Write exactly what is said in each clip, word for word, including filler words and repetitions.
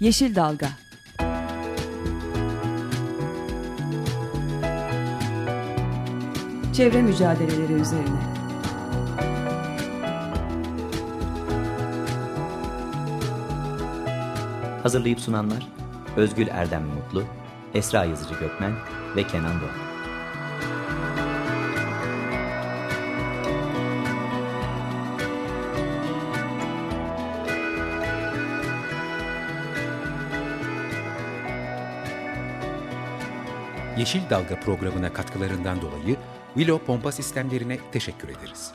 Yeşil Dalga. Çevre mücadeleleri üzerine. Hazırlayıp sunanlar Özgül Erdem Mutlu, Esra Yazıcı Gökmen ve Kenan Doğan. Yeşil Dalga programına katkılarından dolayı Willow Pompa Sistemlerine teşekkür ederiz.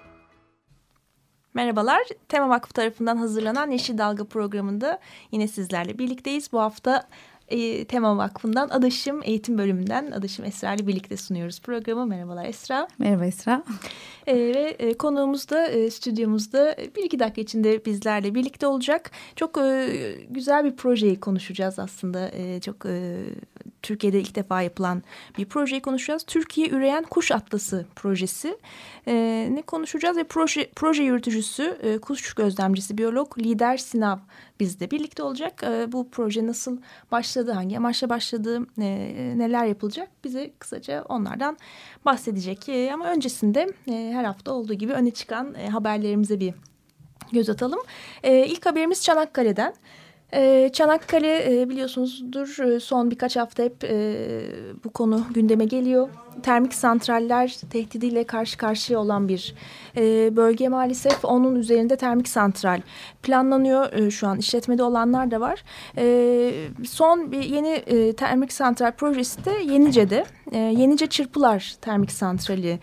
Merhabalar, Tema Vakfı tarafından hazırlanan Yeşil Dalga programında yine sizlerle birlikteyiz. Bu hafta e, Tema Vakfı'ndan Adaşım Eğitim Bölümünden Adaşım Esra ile birlikte sunuyoruz programı. Merhabalar Esra. Merhaba Esra. E, ve e, konuğumuz da e, stüdyomuzda bir iki dakika içinde bizlerle birlikte olacak. Çok e, güzel bir projeyi konuşacağız aslında. E, çok e, Türkiye'de ilk defa yapılan bir projeyi konuşacağız. Türkiye Üreyen Kuş Atlası projesi. E, ne konuşacağız ve proje, proje yürütücüsü, e, kuş gözlemcisi, biyolog Lider Sinav bizle birlikte olacak. E, bu proje nasıl başladı, hangi amaçla başladı, e, neler yapılacak bize kısaca onlardan bahsedecek. E, ama öncesinde e, her hafta olduğu gibi öne çıkan e, haberlerimize bir göz atalım. E, ilk haberimiz Çanakkale'den. Ee, Çanakkale e, biliyorsunuzdur e, son birkaç hafta hep e, bu konu gündeme geliyor. Termik santraller tehdidiyle karşı karşıya olan bir e, bölge maalesef. Onun üzerinde termik santral planlanıyor. E, şu an işletmede olanlar da var. E, son bir yeni e, termik santral projesi de Yenice'de. E, Yenice Çırpılar Termik Santrali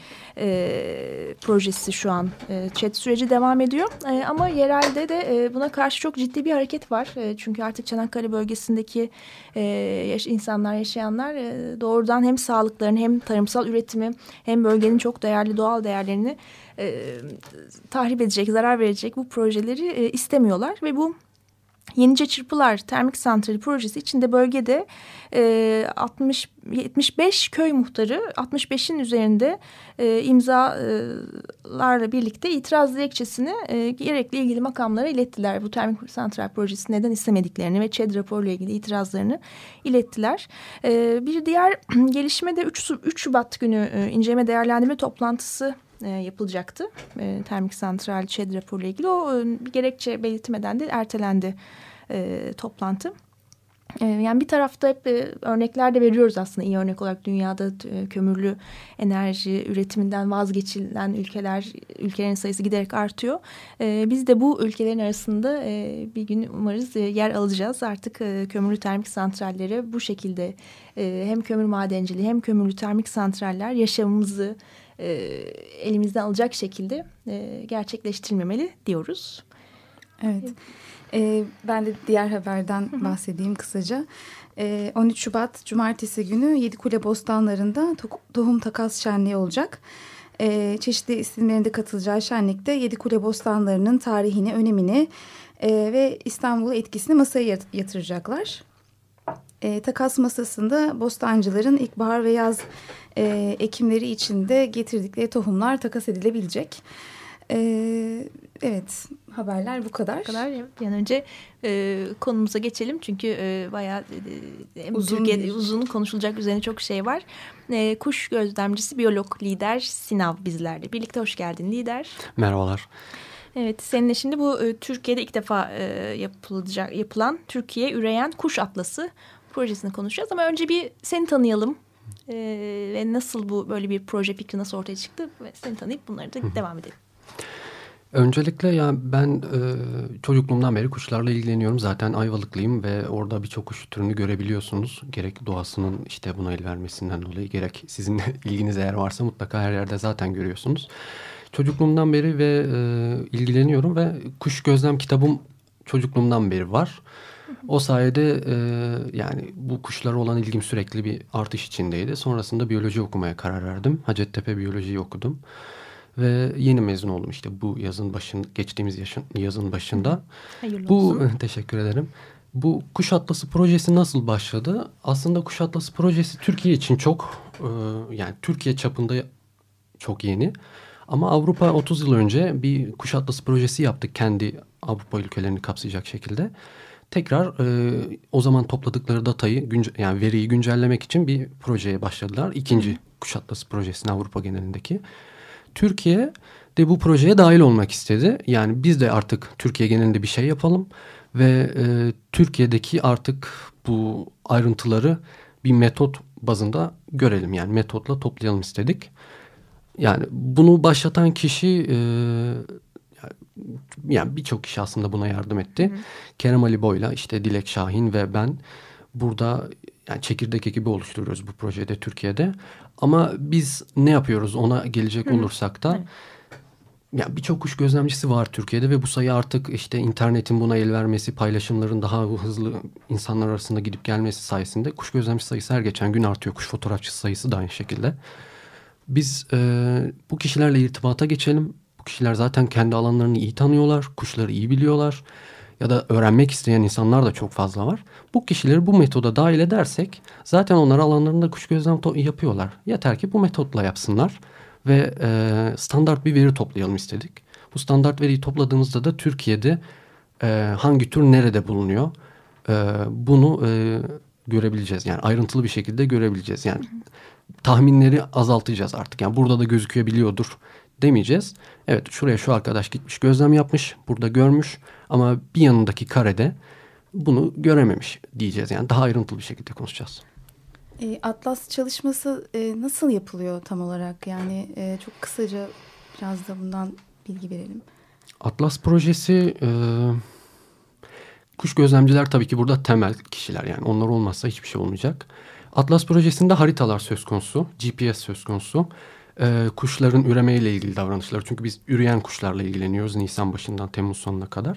e, projesi şu an e, chat süreci devam ediyor. E, ama yerelde de e, buna karşı çok ciddi bir hareket var. E, çünkü artık Çanakkale bölgesindeki e, yaş- insanlar, yaşayanlar e, doğrudan hem sağlıklarını hem tarımsal üretimi hem bölgenin çok değerli doğal değerlerini e, tahrip edecek, zarar verecek bu projeleri e, istemiyorlar ve bu Yenice Çırpılar Termik Santrali projesi içinde bölgede e, altmış yetmiş beş köy muhtarı altmış beşin üzerinde e, imzalarla birlikte itiraz dilekçesini e, gerekli ilgili makamlara ilettiler. Bu termik santral projesi neden istemediklerini ve ÇED raporuyla ilgili itirazlarını ilettiler. E, bir diğer gelişme de üç Şubat günü e, inceleme değerlendirme toplantısı E, yapılacaktı. E, termik santral ÇED raporuyla ilgili o e, bir gerekçe belirtmeden de ertelendi e, toplantı. E, yani bir tarafta hep e, örnekler de veriyoruz aslında iyi örnek olarak dünyada e, kömürlü enerji üretiminden vazgeçilen ülkeler ülkelerin sayısı giderek artıyor. E, biz de bu ülkelerin arasında e, bir gün umarız e, yer alacağız. Artık e, kömürlü termik santralleri bu şekilde e, hem kömür madenciliği hem kömürlü termik santraller yaşamımızı E, elimizden alacak şekilde e, gerçekleştirilmemeli diyoruz. Evet. E, ben de diğer haberden bahsedeyim kısaca. E, on üç Şubat Cumartesi günü Yedikule Bostanları'nda to- tohum takas şenliği olacak. E, çeşitli isimlerinde katılacağı şenlikte Yedikule Bostanları'nın tarihini, önemini e, ve İstanbul'a etkisini masaya yat- yatıracaklar. E, takas masasında bostancıların ilkbahar ve yaz e, ekimleri içinde getirdikleri tohumlar takas edilebilecek. E, evet, haberler bu kadar. Bu kadar. Bir an önce e, konumuza geçelim çünkü e, bayağı e, uzun, Türkiye'de, uzun konuşulacak üzerine çok şey var. E, kuş gözlemcisi biyolog Lider Sinav bizlerle birlikte. Hoş geldin Lider. Merhabalar. Evet, seninle şimdi bu e, Türkiye'de ilk defa e, yapılacak yapılan Türkiye Üreyen Kuş Atlası projesini konuşacağız ama önce bir seni tanıyalım ee, ve nasıl bu böyle bir proje fikri nasıl ortaya çıktı ve seni tanıyıp bunları da devam edelim. Öncelikle ya ben e, çocukluğumdan beri kuşlarla ilgileniyorum. Zaten Ayvalıklıyım ve orada birçok kuş türünü görebiliyorsunuz. Gerek doğasının işte buna el vermesinden dolayı gerek sizin ilginiz eğer varsa mutlaka her yerde zaten görüyorsunuz. Çocukluğumdan beri ve e, ilgileniyorum ve kuş gözlem kitabım çocukluğumdan beri var. O sayede e, yani bu kuşlara olan ilgim sürekli bir artış içindeydi. Sonrasında biyoloji okumaya karar verdim. Hacettepe Biyoloji'yi okudum. Ve yeni mezun oldum işte bu yazın başın geçtiğimiz yaşın, yazın başında. Hayırlı bu olsun. Teşekkür ederim. Bu Kuş Atlası projesi nasıl başladı? Aslında Kuş Atlası projesi Türkiye için çok e, yani Türkiye çapında çok yeni. Ama Avrupa otuz yıl önce bir Kuş Atlası projesi yaptık kendi Avrupa ülkelerini kapsayacak şekilde. tekrar e, o zaman topladıkları datayı günce, yani veriyi güncellemek için bir projeye başladılar. İkinci Hı. Kuşatlası projesine Avrupa genelindeki. Türkiye de bu projeye dahil olmak istedi. Yani biz de artık Türkiye genelinde bir şey yapalım ve e, Türkiye'deki artık bu ayrıntıları bir metot bazında görelim. Yani metotla toplayalım istedik. Yani bunu başlatan kişi e, yani birçok kişi aslında buna yardım etti. Hı hı. Kerem Ali Boy'la işte Dilek Şahin ve ben burada yani çekirdek ekibi oluşturuyoruz bu projede Türkiye'de. Ama biz ne yapıyoruz ona gelecek hı hı. olursak da evet. Yani birçok kuş gözlemcisi var Türkiye'de ve bu sayı artık işte internetin buna el vermesi, paylaşımların daha hızlı insanlar arasında gidip gelmesi sayesinde kuş gözlemci sayısı her geçen gün artıyor. Kuş fotoğrafçısı sayısı da aynı şekilde. Biz e, bu kişilerle irtibata geçelim. Bu kişiler zaten kendi alanlarını iyi tanıyorlar, kuşları iyi biliyorlar ya da öğrenmek isteyen insanlar da çok fazla var. Bu kişileri bu metoda dahil edersek zaten onlar alanlarında kuş gözlem yapıyorlar. Yeter ki bu metotla yapsınlar. Ve e, standart bir veri toplayalım istedik. Bu standart veriyi topladığımızda da Türkiye'de e, hangi tür nerede bulunuyor e, bunu e, görebileceğiz. Yani ayrıntılı bir şekilde görebileceğiz. Yani tahminleri azaltacağız artık. Yani burada da gözükebiliyordur demeyeceğiz. Evet şuraya şu arkadaş gitmiş gözlem yapmış, burada görmüş ama bir yanındaki karede bunu görememiş diyeceğiz. Yani daha ayrıntılı bir şekilde konuşacağız. Atlas çalışması nasıl yapılıyor tam olarak? Yani çok kısaca biraz da bundan bilgi verelim. Atlas projesi e, kuş gözlemciler tabii ki burada temel kişiler. Yani onlar olmazsa hiçbir şey olmayacak. Atlas projesinde haritalar söz konusu, G P S söz konusu. E, kuşların üremeyle ilgili davranışları. Çünkü biz üreyen kuşlarla ilgileniyoruz Nisan başından Temmuz sonuna kadar.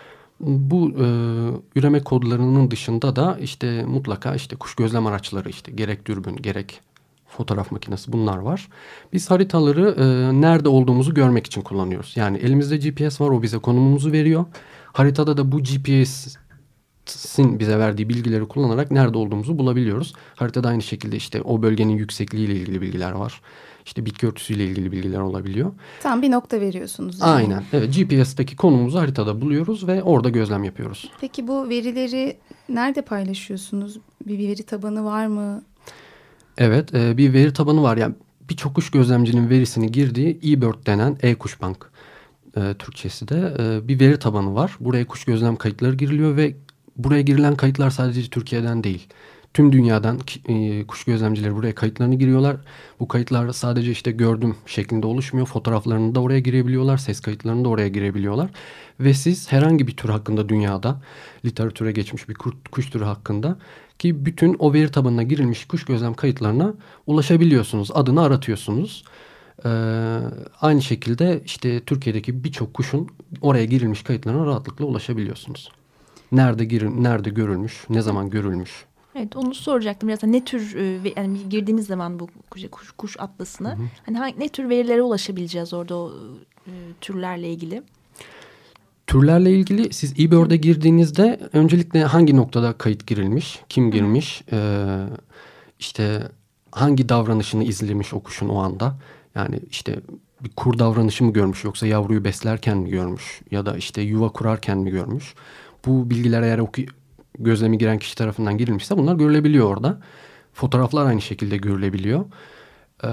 Bu e, üreme kodlarının dışında da işte mutlaka işte kuş gözlem araçları işte gerek dürbün gerek fotoğraf makinesi bunlar var. Biz haritaları e, nerede olduğumuzu görmek için kullanıyoruz. Yani elimizde G P S var, o bize konumumuzu veriyor. Haritada da bu G P S'in bize verdiği bilgileri kullanarak nerede olduğumuzu bulabiliyoruz. Haritada aynı şekilde işte o bölgenin yüksekliğiyle ilgili bilgiler var. İşte bitki örtüsüyle ilgili bilgiler olabiliyor. Tam bir nokta veriyorsunuz. Yani. Aynen. Evet, G P S'teki konumumuzu haritada buluyoruz ve orada gözlem yapıyoruz. Peki bu verileri nerede paylaşıyorsunuz? Bir, bir veri tabanı var mı? Evet, e, bir veri tabanı var. Yani birçok kuş gözlemcinin verisini girdiği eBird denen e-kuşbank e, Türkçesi de e, bir veri tabanı var. Buraya kuş gözlem kayıtları giriliyor ve buraya girilen kayıtlar sadece Türkiye'den değil. Tüm dünyadan e, kuş gözlemcileri buraya kayıtlarını giriyorlar. Bu kayıtlar sadece işte gördüm şeklinde oluşmuyor. Fotoğraflarını da oraya girebiliyorlar. Ses kayıtlarını da oraya girebiliyorlar. Ve siz herhangi bir tür hakkında dünyada literatüre geçmiş bir kuş türü hakkında ki bütün o veri tabanına girilmiş kuş gözlem kayıtlarına ulaşabiliyorsunuz. Adını aratıyorsunuz. Ee, aynı şekilde işte Türkiye'deki birçok kuşun oraya girilmiş kayıtlarına rahatlıkla ulaşabiliyorsunuz. Nerede girin, nerede görülmüş, ne zaman görülmüş. Evet, onu soracaktım. Mesela ne tür yani girdiğimiz zaman bu kuş kuş, kuş atlasına hı hı. hani hangi, ne tür verilere ulaşabileceğiz orada o e, türlerle ilgili? Türlerle ilgili siz eBird'e girdiğinizde öncelikle hangi noktada kayıt girilmiş, kim girmiş, e, işte hangi davranışını izlemiş o kuşun o anda. Yani işte bir kur davranışı mı görmüş yoksa yavruyu beslerken mi görmüş ya da işte yuva kurarken mi görmüş. Bu bilgiler eğer o gözlemi giren kişi tarafından girilmişse bunlar görülebiliyor orada. Fotoğraflar aynı şekilde görülebiliyor. Ee,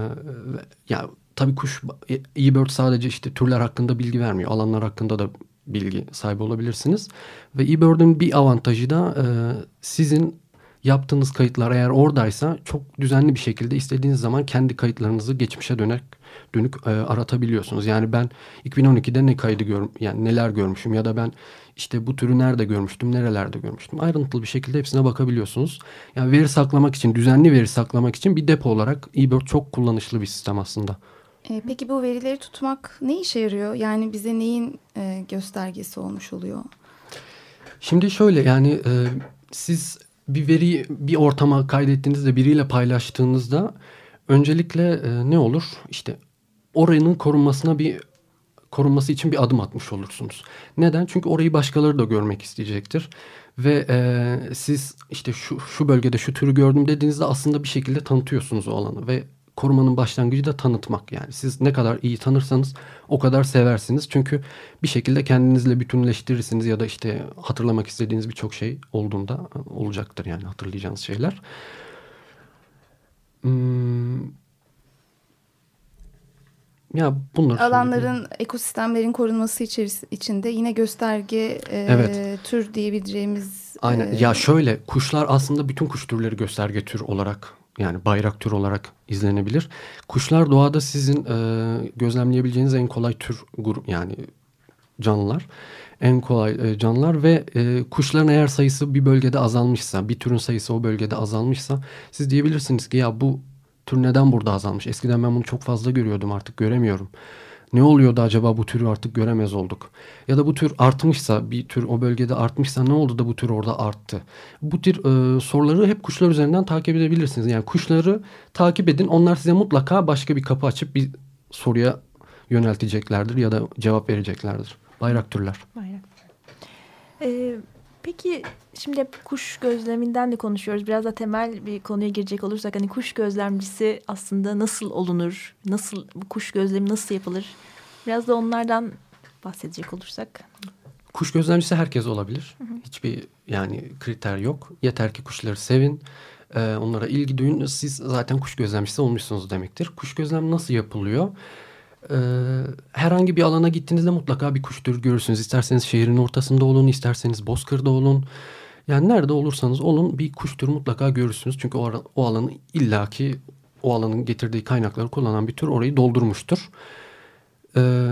ya tabii kuş eBird sadece işte türler hakkında bilgi vermiyor. Alanlar hakkında da bilgi sahibi olabilirsiniz. Ve eBird'ün bir avantajı da e, sizin yaptığınız kayıtlar eğer oradaysa çok düzenli bir şekilde istediğiniz zaman kendi kayıtlarınızı geçmişe dönük dönük e, aratabiliyorsunuz. Yani ben iki bin on ikide ne kaydı gör, yani neler görmüşüm ya da ben işte bu türü nerede görmüştüm, nerelerde görmüştüm. Ayrıntılı bir şekilde hepsine bakabiliyorsunuz. Yani veri saklamak için, düzenli veri saklamak için bir depo olarak eBird çok kullanışlı bir sistem aslında. E, peki bu verileri tutmak ne işe yarıyor? Yani bize neyin e, göstergesi olmuş oluyor? Şimdi şöyle yani e, siz bir veriyi bir ortama kaydettiğinizde biriyle paylaştığınızda öncelikle e, ne olur? İşte oranın korunmasına bir korunması için bir adım atmış olursunuz. Neden? Çünkü orayı başkaları da görmek isteyecektir. Ve e, siz işte şu, şu bölgede şu türü gördüm dediğinizde aslında bir şekilde tanıtıyorsunuz o alanı. Ve korumanın başlangıcı da tanıtmak. Yani siz ne kadar iyi tanırsanız o kadar seversiniz. Çünkü bir şekilde kendinizle bütünleştirirsiniz ya da işte hatırlamak istediğiniz birçok şey olduğunda olacaktır yani hatırlayacağınız şeyler. Hmm. Ya bunlar alanların, ekosistemlerin korunması içinde yine gösterge e, evet. tür diyebileceğimiz. Aynen. E, ya şöyle kuşlar aslında bütün kuş türleri gösterge tür olarak yani bayrak tür olarak izlenebilir. Kuşlar doğada sizin e, gözlemleyebileceğiniz en kolay tür grup yani canlılar. En kolay e, canlılar ve e, kuşların eğer sayısı bir bölgede azalmışsa, bir türün sayısı o bölgede azalmışsa siz diyebilirsiniz ki ya bu tür neden burada azalmış? Eskiden ben bunu çok fazla görüyordum, artık göremiyorum. Ne oluyordu acaba, bu türü artık göremez olduk? Ya da bu tür artmışsa, bir tür o bölgede artmışsa ne oldu da bu tür orada arttı? Bu tür e, soruları hep kuşlar üzerinden takip edebilirsiniz. Yani kuşları takip edin. Onlar size mutlaka başka bir kapı açıp bir soruya yönelteceklerdir ya da cevap vereceklerdir. Bayrak türler. Bayrak. Ee, peki şimdi hep kuş gözleminden de konuşuyoruz. Biraz da temel bir konuya girecek olursak hani kuş gözlemcisi aslında nasıl olunur? Nasıl bu kuş gözlemi nasıl yapılır? Biraz da onlardan bahsedecek olursak. Kuş gözlemcisi herkes olabilir. Hı hı. Hiçbir yani kriter yok. Yeter ki kuşları sevin. E, onlara ilgi duyun. Siz zaten kuş gözlemcisi olmuşsunuz demektir. Kuş gözlemi nasıl yapılıyor? Ee, herhangi bir alana gittiğinizde mutlaka bir kuş türü görürsünüz. İsterseniz şehrin ortasında olun, isterseniz bozkırda olun. Yani nerede olursanız olun bir kuş türü mutlaka görürsünüz. Çünkü o, o alanı illaki o alanın getirdiği kaynakları kullanan bir tür orayı doldurmuştur. Ee,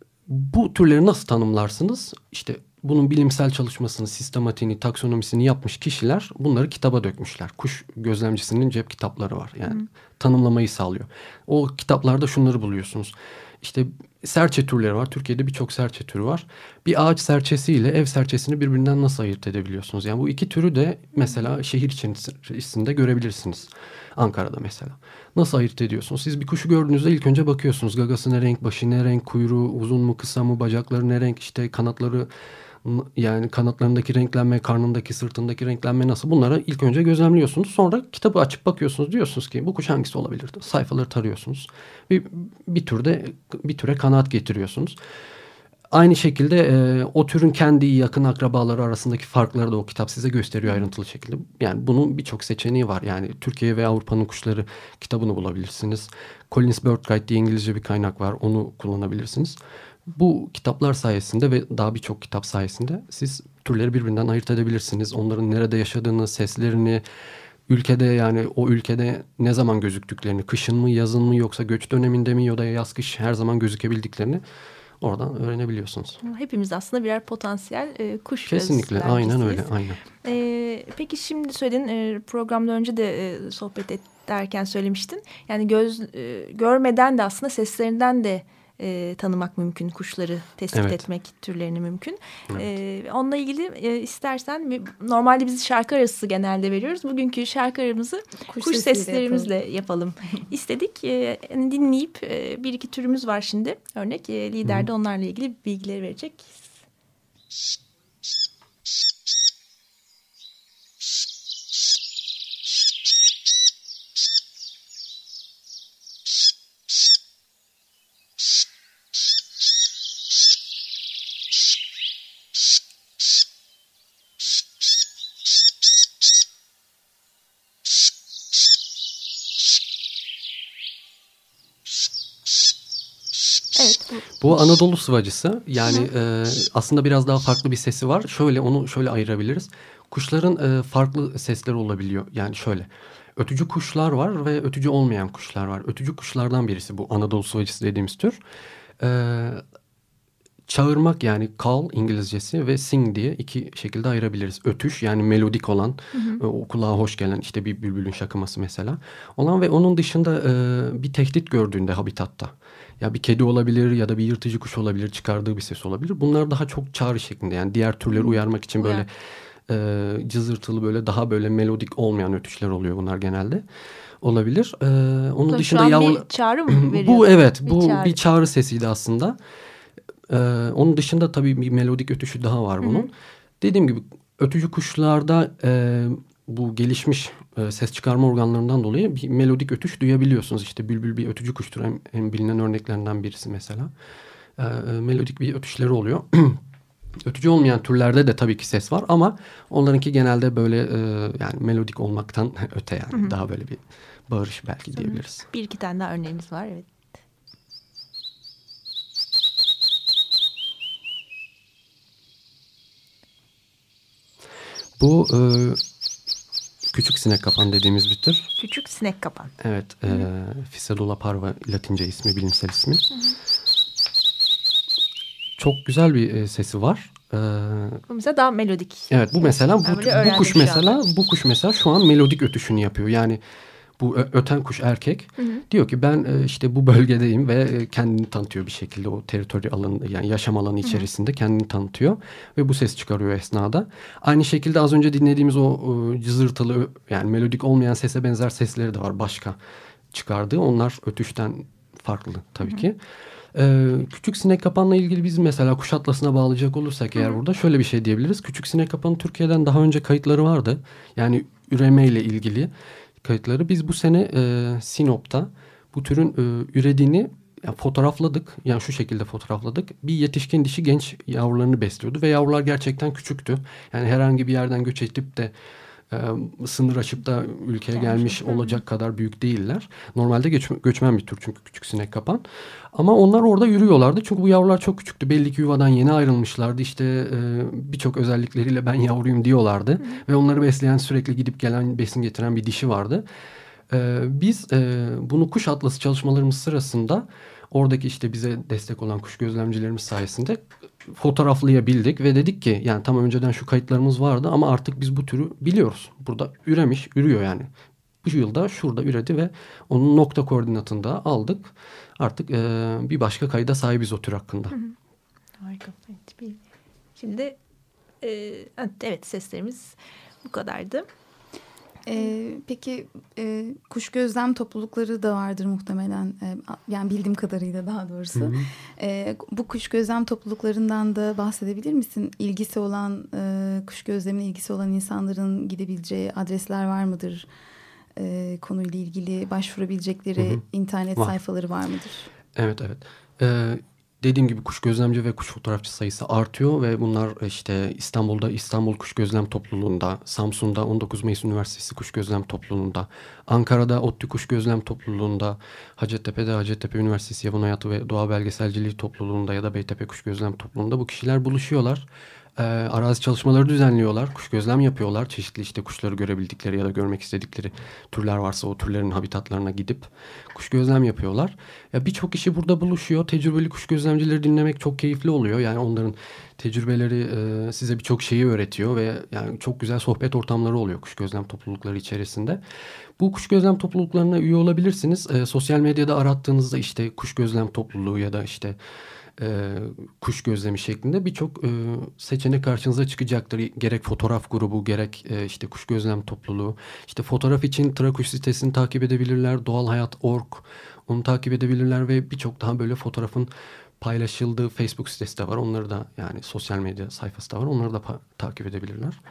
bu türleri nasıl tanımlarsınız? İşte bunun bilimsel çalışmasını, sistematiğini, taksonomisini yapmış kişiler bunları kitaba dökmüşler. Kuş gözlemcisinin cep kitapları var. Yani hmm. tanımlamayı sağlıyor. O kitaplarda şunları buluyorsunuz. İşte serçe türleri var. Türkiye'de birçok serçe türü var. Bir ağaç serçesi ile ev serçesini birbirinden nasıl ayırt edebiliyorsunuz? Yani bu iki türü de mesela şehir içerisinde görebilirsiniz. Ankara'da mesela. Nasıl ayırt ediyorsunuz? Siz bir kuşu gördüğünüzde ilk önce bakıyorsunuz. Gagası ne renk, başı ne renk, kuyruğu uzun mu, kısa mı, bacakları ne renk, işte kanatları, yani kanatlarındaki renklenme, karnındaki, sırtındaki renklenme nasıl? Bunları ilk önce gözlemliyorsunuz. Sonra kitabı açıp bakıyorsunuz. Diyorsunuz ki bu kuş hangisi olabilir? Sayfaları tarıyorsunuz. Bir, bir türde bir türe kanaat getiriyorsunuz. Aynı şekilde e, o türün kendi yakın akrabaları arasındaki farkları da o kitap size gösteriyor ayrıntılı şekilde. Yani bunun birçok seçeneği var. Yani Türkiye ve Avrupa'nın kuşları kitabını bulabilirsiniz. Collins Bird Guide diye İngilizce bir kaynak var. Onu kullanabilirsiniz. Bu kitaplar sayesinde ve daha birçok kitap sayesinde siz türleri birbirinden ayırt edebilirsiniz. Onların nerede yaşadığını, seslerini, ülkede yani o ülkede ne zaman gözüktüklerini, kışın mı, yazın mı, yoksa göç döneminde mi ya da yaz kış her zaman gözükebildiklerini oradan öğrenebiliyorsunuz. Hepimiz aslında birer potansiyel e, kuş kesinlikle aynen öyle, aynen. E, peki şimdi söyledin, e, programdan önce de e, sohbet ederken söylemiştin. Yani göz e, görmeden de aslında seslerinden de E, tanımak mümkün, kuşları tespit evet. etmek türlerini mümkün. Evet. E, onunla ilgili e, istersen normalde biz şarkı arası genelde veriyoruz. Bugünkü şarkı aramızı kuş, kuş seslerimizle yapalım, yapalım. İstedik. E, dinleyip e, bir iki türümüz var şimdi. Örnek e, lider de onlarla ilgili bilgileri verecek. Bu Anadolu sıvacısı. Yani e, aslında biraz daha farklı bir sesi var. Şöyle onu şöyle ayırabiliriz. Kuşların e, farklı sesleri olabiliyor. Yani şöyle ötücü kuşlar var ve ötücü olmayan kuşlar var. Ötücü kuşlardan birisi bu Anadolu sıvacısı dediğimiz tür. E, çağırmak yani call İngilizcesi ve sing diye iki şekilde ayırabiliriz. Ötüş yani melodik olan, hı hı. o kulağa hoş gelen, işte bir bülbülün şakıması mesela olan ve onun dışında e, bir tehdit gördüğünde habitatta. Ya bir kedi olabilir ya da bir yırtıcı kuş olabilir, çıkardığı bir ses olabilir. Bunlar daha çok çağrı şeklinde, yani diğer türleri uyarmak için böyle e, cızırtılı, böyle daha böyle melodik olmayan ötüşler oluyor bunlar genelde. Olabilir. E, onun Şu dışında an yavru... bir çağrı mı veriyor? Bu evet, bu bir çağrı. bir çağrı sesiydi aslında. E, onun dışında tabii bir melodik ötüşü daha var bunun. Hı hı. Dediğim gibi ötücü kuşlarda e, bu gelişmiş e, ses çıkarma organlarından dolayı bir melodik ötüş duyabiliyorsunuz. İşte bülbül bir ötücü kuştur. En, en bilinen örneklerinden birisi mesela. E, e, melodik bir ötüşleri oluyor. Ötücü olmayan türlerde de tabii ki ses var ama onlarınki genelde böyle e, yani melodik olmaktan öte yani. Hı hı. Daha böyle bir bağırış belki hı hı. diyebiliriz. Bir iki tane daha örneğimiz var, evet. Bu e, küçük sinek kapan dediğimiz bir tür. Küçük sinek kapan. Evet. E, Physalula parva Latince ismi, bilimsel ismi. Hı hı. Çok güzel bir e, sesi var. Ee, bu mesela daha melodik. Evet, bu mesela bu, bu kuş mesela bu kuş mesela şu an melodik ötüşünü yapıyor. Yani bu öten kuş erkek hı hı. diyor ki ben işte bu bölgedeyim ve kendini tanıtıyor bir şekilde o teritori alanı, yani yaşam alanı içerisinde hı hı. kendini tanıtıyor ve bu ses çıkarıyor esnada. Aynı şekilde az önce dinlediğimiz o, o cızırtılı yani melodik olmayan sese benzer sesleri de var başka çıkardığı. Onlar ötüşten farklı tabii hı hı. ki. Ee, küçük sinek kapanla ilgili biz mesela kuş atlasına bağlayacak olursak eğer Hı-hı. burada şöyle bir şey diyebiliriz. Küçük sinek kapanı Türkiye'den daha önce kayıtları vardı. Yani üremeyle ilgili kayıtları. Biz bu sene e, Sinop'ta bu türün e, ürediğini yani fotoğrafladık. Yani şu şekilde fotoğrafladık. Bir yetişkin dişi genç yavrularını besliyordu ve yavrular gerçekten küçüktü. Yani herhangi bir yerden göç edip de e, sınır aşıp da ülkeye gelmiş Hı-hı. olacak kadar büyük değiller. Normalde göç, göçmen bir tür çünkü küçük sinek kapan. Ama onlar orada yürüyorlardı. Çünkü bu yavrular çok küçüktü. Belli ki yuvadan yeni ayrılmışlardı. İşte e, birçok özellikleriyle ben yavruyum diyorlardı. Hı. Ve onları besleyen, sürekli gidip gelen, besin getiren bir dişi vardı. E, biz e, bunu kuş atlası çalışmalarımız sırasında oradaki işte bize destek olan kuş gözlemcilerimiz sayesinde fotoğraflayabildik. Ve dedik ki yani tam önceden şu kayıtlarımız vardı ama artık biz bu türü biliyoruz. Burada üremiş, ürüyor yani. Bu yılda şurada üredi ve onun nokta koordinatını da aldık. Artık e, bir başka kayda sahibiz o tür hakkında. Hı hı. Harika. Evet, şimdi e, evet seslerimiz bu kadardı. E, peki e, kuş gözlem toplulukları da vardır muhtemelen. E, yani bildiğim kadarıyla daha doğrusu. Hı hı. E, bu kuş gözlem topluluklarından da bahsedebilir misin? İlgisi olan e, kuş gözlemine ilgisi olan insanların gidebileceği adresler var mıdır? E, konuyla ilgili başvurabilecekleri hı hı. internet var. sayfaları var mıdır? Evet evet. Ee, dediğim gibi kuş gözlemci ve kuş fotoğrafçı sayısı artıyor ve bunlar işte İstanbul'da İstanbul Kuş Gözlem Topluluğu'nda, Samsun'da on dokuz Mayıs Üniversitesi Kuş Gözlem Topluluğu'nda, Ankara'da ODTÜ Kuş Gözlem Topluluğu'nda, Hacettepe'de Hacettepe Üniversitesi Yaban Hayatı ve Doğa Belgeselciliği Topluluğu'nda ya da Beytepe Kuş Gözlem Topluluğu'nda bu kişiler buluşuyorlar. E, arazi çalışmaları düzenliyorlar. Kuş gözlem yapıyorlar. Çeşitli işte kuşları görebildikleri ya da görmek istedikleri türler varsa o türlerin habitatlarına gidip kuş gözlem yapıyorlar. Ya birçok kişi burada buluşuyor. Tecrübeli kuş gözlemcileri dinlemek çok keyifli oluyor. Yani onların tecrübeleri e, size birçok şeyi öğretiyor ve yani çok güzel sohbet ortamları oluyor kuş gözlem toplulukları içerisinde. Bu kuş gözlem topluluklarına üye olabilirsiniz. E, sosyal medyada arattığınızda işte kuş gözlem topluluğu ya da işte E, kuş gözlemi şeklinde birçok e, seçenek karşınıza çıkacaktır. Gerek fotoğraf grubu, gerek e, işte kuş gözlem topluluğu. İşte fotoğraf için Trakuş sitesini takip edebilirler. Doğal Hayat nokta org onu takip edebilirler ve birçok daha böyle fotoğrafın paylaşıldığı Facebook sitesi de var. Onları da yani sosyal medya sayfası da var. Onları da pa- takip edebilirler. E,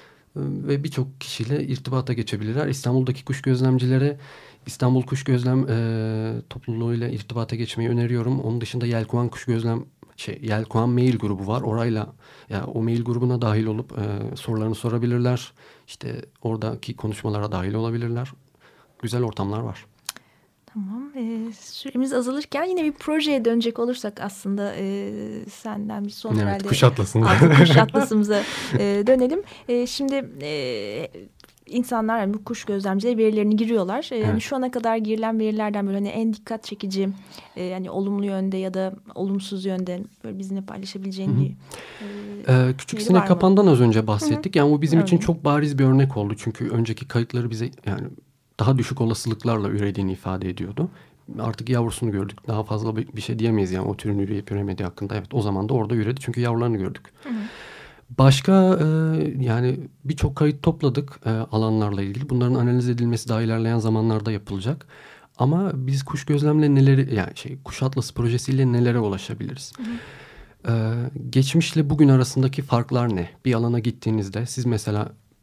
ve birçok kişiyle irtibata geçebilirler. İstanbul'daki kuş gözlemcilere İstanbul Kuş Gözlem e, topluluğuyla irtibata geçmeyi öneriyorum. Onun dışında Yelkovan Kuş Gözlem şey Yelkovan mail grubu var. Orayla yani o mail grubuna dahil olup e, sorularını sorabilirler. İşte oradaki konuşmalara dahil olabilirler. Güzel ortamlar var. Tamam. E, süremiz azalırken yine bir projeye dönecek olursak aslında e, senden bir son evet, herhalde. Kuş atlasımıza. Artık kuş atlasımıza e, dönelim. E, şimdi e, İnsanlar yani bu kuş gözlemcileri verilerini giriyorlar. Ee, evet. Yani şu ana kadar girilen verilerden böyle hani en dikkat çekici, e, yani olumlu yönde ya da olumsuz yönde böyle bizimle paylaşabileceğin bir e, ee, küçük sinek kapandan az önce bahsettik. Hı-hı. Yani bu bizim Öyle. için çok bariz bir örnek oldu. Çünkü önceki kayıtları bize yani daha düşük olasılıklarla ürediğini ifade ediyordu. Artık yavrusunu gördük. Daha fazla bir, bir şey diyemeyiz yani o türün üreyip üremediği hakkında. Evet, o zaman da orada üredi çünkü yavrularını gördük. Hı-hı. Başka e, yani birçok kayıt topladık e, alanlarla ilgili. Bunların analiz edilmesi daha ilerleyen zamanlarda yapılacak. Ama biz kuş gözlemle neleri yani şey kuş atlası projesiyle nelere ulaşabiliriz? Hı hı. E, geçmişle bugün arasındaki farklar ne? Bir alana gittiğinizde siz mesela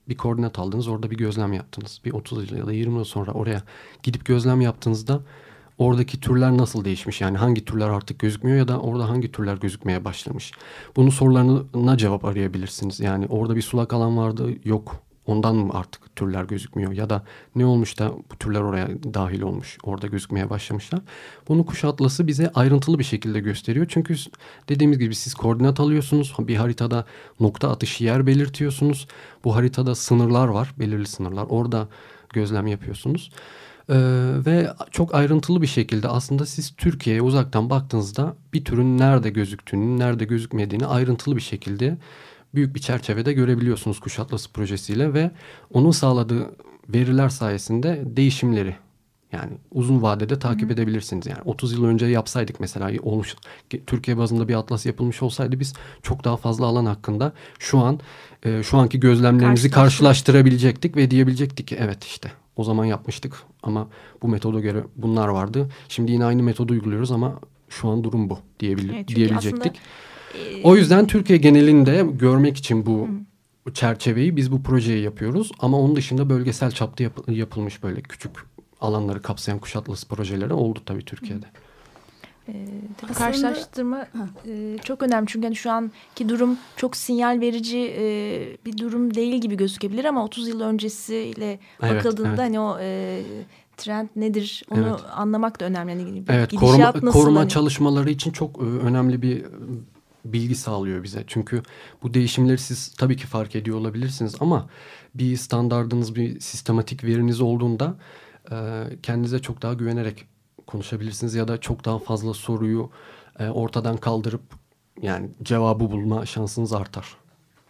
bir koordinat aldınız, orada bir gözlem yaptınız. Bir otuz yıl ya da yirmi yıl sonra oraya gidip gözlem yaptığınızda oradaki türler nasıl değişmiş? Yani hangi türler artık gözükmüyor ya da orada hangi türler gözükmeye başlamış? Bunun sorularına cevap arayabilirsiniz. Yani orada bir sulak alan vardı, yok. Ondan mı artık türler gözükmüyor? Ya da ne olmuş da bu türler oraya dahil olmuş, orada gözükmeye başlamışlar? Bunu kuş atlası bize ayrıntılı bir şekilde gösteriyor. Çünkü dediğimiz gibi siz koordinat alıyorsunuz. Bir haritada nokta atışı yer belirtiyorsunuz. Bu haritada sınırlar var, belirli sınırlar. Orada gözlem yapıyorsunuz. Ee, ve çok ayrıntılı bir şekilde aslında siz Türkiye'ye uzaktan baktığınızda bir türün nerede gözüktüğünü, nerede gözükmediğini ayrıntılı bir şekilde büyük bir çerçevede görebiliyorsunuz Kuş Atlası projesiyle ve onun sağladığı veriler sayesinde değişimleri yani uzun vadede takip Hı. edebilirsiniz. Yani otuz yıl önce yapsaydık mesela olmuş, Türkiye bazında bir atlas yapılmış olsaydı biz çok daha fazla alan hakkında şu an e, şu anki gözlemlerimizi karşılaştırabilecektik ve diyebilecektik ki evet işte o zaman yapmıştık ama bu metoda göre bunlar vardı. Şimdi yine aynı metodu uyguluyoruz ama şu an durum bu diyebil- evet, diyebilecektik. Aslında... O yüzden Türkiye genelinde görmek için bu Hı. çerçeveyi biz bu projeyi yapıyoruz. Ama onun dışında bölgesel çapta yap- yapılmış böyle küçük alanları kapsayan kuş atlası projeleri oldu tabii Türkiye'de. Ee, tabii Aslında, karşılaştırma e, çok önemli çünkü yani şu anki durum çok sinyal verici e, bir durum değil gibi gözükebilir ama otuz yıl öncesiyle evet, bakıldığında evet. hani o e, trend nedir onu evet. anlamak da önemli. Yani evet, koruma, koruma hani... çalışmaları için çok e, önemli bir bilgi sağlıyor bize. Çünkü bu değişimleri siz tabii ki fark ediyor olabilirsiniz ama bir standardınız, bir sistematik veriniz olduğunda e, kendinize çok daha güvenerek konuşabilirsiniz ya da çok daha fazla soruyu e, ortadan kaldırıp yani cevabı bulma şansınız artar.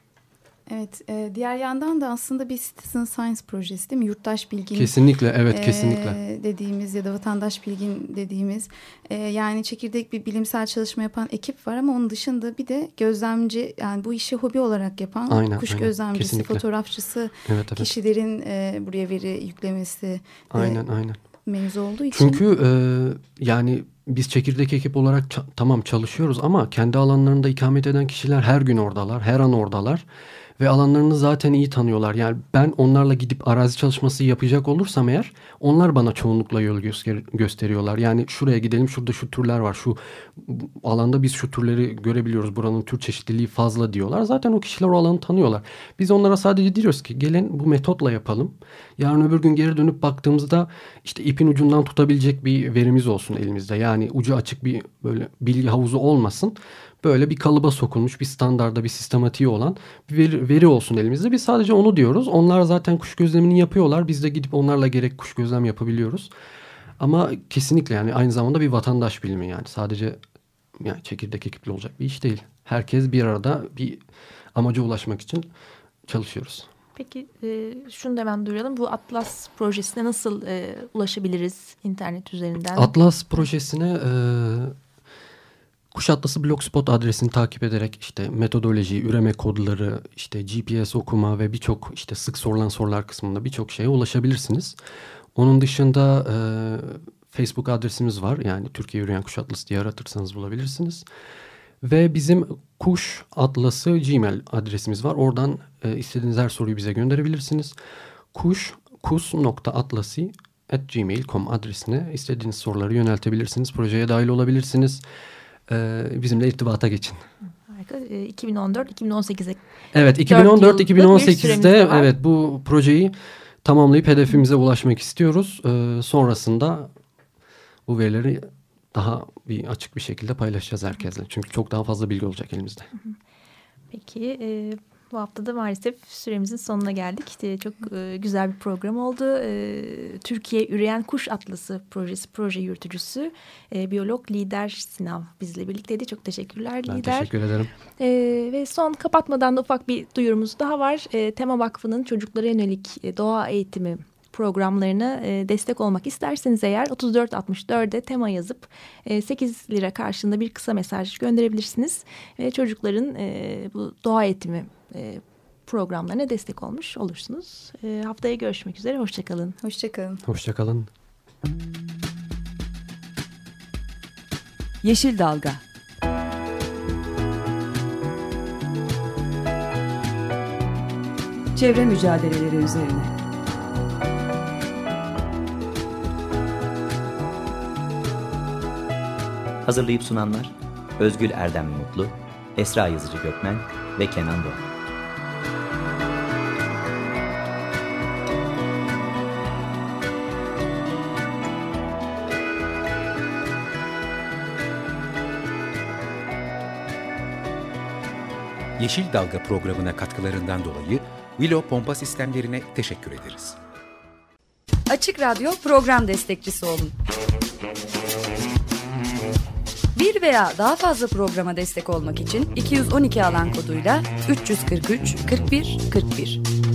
Evet, e, diğer yandan da aslında bir citizen science projesi değil mi? Yurttaş bilgin. Kesinlikle, evet, e, kesinlikle. Dediğimiz ya da vatandaş bilgin dediğimiz. E, yani çekirdek bir bilimsel çalışma yapan ekip var ama onun dışında bir de gözlemci, yani bu işi hobi olarak yapan aynen, kuş aynen. gözlemcisi, kesinlikle. fotoğrafçısı, evet, evet. kişilerin e, buraya veri yüklemesi. Aynen, e, aynen. Mevzu olduğu için. Çünkü e, yani biz çekirdek ekip olarak ça- tamam çalışıyoruz ama kendi alanlarında ikamet eden kişiler her gün oradalar, her an oradalar. Ve alanlarını zaten iyi tanıyorlar. Yani ben onlarla gidip arazi çalışması yapacak olursam eğer onlar bana çoğunlukla yol göster- gösteriyorlar. Yani şuraya gidelim, şurada şu türler var. Şu alanda biz şu türleri görebiliyoruz. Buranın tür çeşitliliği fazla diyorlar. Zaten o kişiler o alanı tanıyorlar. Biz onlara sadece diyoruz ki gelin bu metotla yapalım. Yarın öbür gün geri dönüp baktığımızda işte ipin ucundan tutabilecek bir verimiz olsun elimizde. Yani ucu açık bir böyle bilgi havuzu olmasın. Böyle bir kalıba sokulmuş, bir standarda, bir sistematiği olan bir veri, veri olsun elimizde. Biz sadece onu diyoruz. Onlar zaten kuş gözlemini yapıyorlar. Biz de gidip onlarla gerek kuş gözlem yapabiliyoruz. Ama kesinlikle yani aynı zamanda bir vatandaş bilimi yani. Sadece yani çekirdek ekiple olacak bir iş değil. Herkes bir arada bir amaca ulaşmak için çalışıyoruz. Peki e, şunu da hemen duyuralım. Bu Atlas projesine nasıl e, ulaşabiliriz internet üzerinden? Atlas projesine... E, Kuş Atlası Blogspot adresini takip ederek işte metodoloji, üreme kodları, işte G P S okuma ve birçok işte sık sorulan sorular kısmında birçok şeye ulaşabilirsiniz. Onun dışında e, Facebook adresimiz var. Yani Türkiye Yürüyen Kuş Atlası diye aratırsanız bulabilirsiniz. Ve bizim Kuş Atlası Gmail adresimiz var. Oradan e, istediğiniz her soruyu bize gönderebilirsiniz. Kuş kus nokta atlasi at gmail nokta com adresine istediğiniz soruları yöneltebilirsiniz. Projeye dahil olabilirsiniz. Bizimle irtibata geçin. Harika. iki bin on dört iki bin on sekize Evet, iki bin on dört iki bin on sekizde evet bu projeyi tamamlayıp hedefimize ulaşmak istiyoruz. Ee, sonrasında bu verileri daha bir açık bir şekilde paylaşacağız herkesle. Çünkü çok daha fazla bilgi olacak elimizde. Peki, e, bu hafta da maalesef süremizin sonuna geldik. İşte çok e, güzel bir program oldu. E, Türkiye Üreyen Kuş Atlası projesi proje yürütücüsü e, biyolog Lider Sinav bizle birlikteydi. Çok teşekkürler Lider. Ben teşekkür ederim. E, ve son kapatmadan da ufak bir duyurumuz daha var. E, Tema Vakfı'nın çocuklara yönelik e, doğa eğitimi programlarına e, destek olmak isterseniz eğer otuz dört altmış dörde tema yazıp e, sekiz lira karşılığında bir kısa mesaj gönderebilirsiniz. Ve çocukların e, bu doğa eğitimi e, programlarına destek olmuş olursunuz. E, haftaya görüşmek üzere. Hoşçakalın. Hoşçakalın. Hoşçakalın. Yeşil Dalga. çevre mücadeleleri üzerine. Hazırlayıp sunanlar Özgül Erdem Mutlu, Esra Yazıcı Gökmen ve Kenan Doğan. Yeşil Dalga programına katkılarından dolayı Willow Pompa Sistemlerine teşekkür ederiz. Açık Radyo program destekçisi olun. Bir veya daha fazla programa destek olmak için iki yüz on iki alan koduyla üç yüz kırk üç kırk bir kırk bir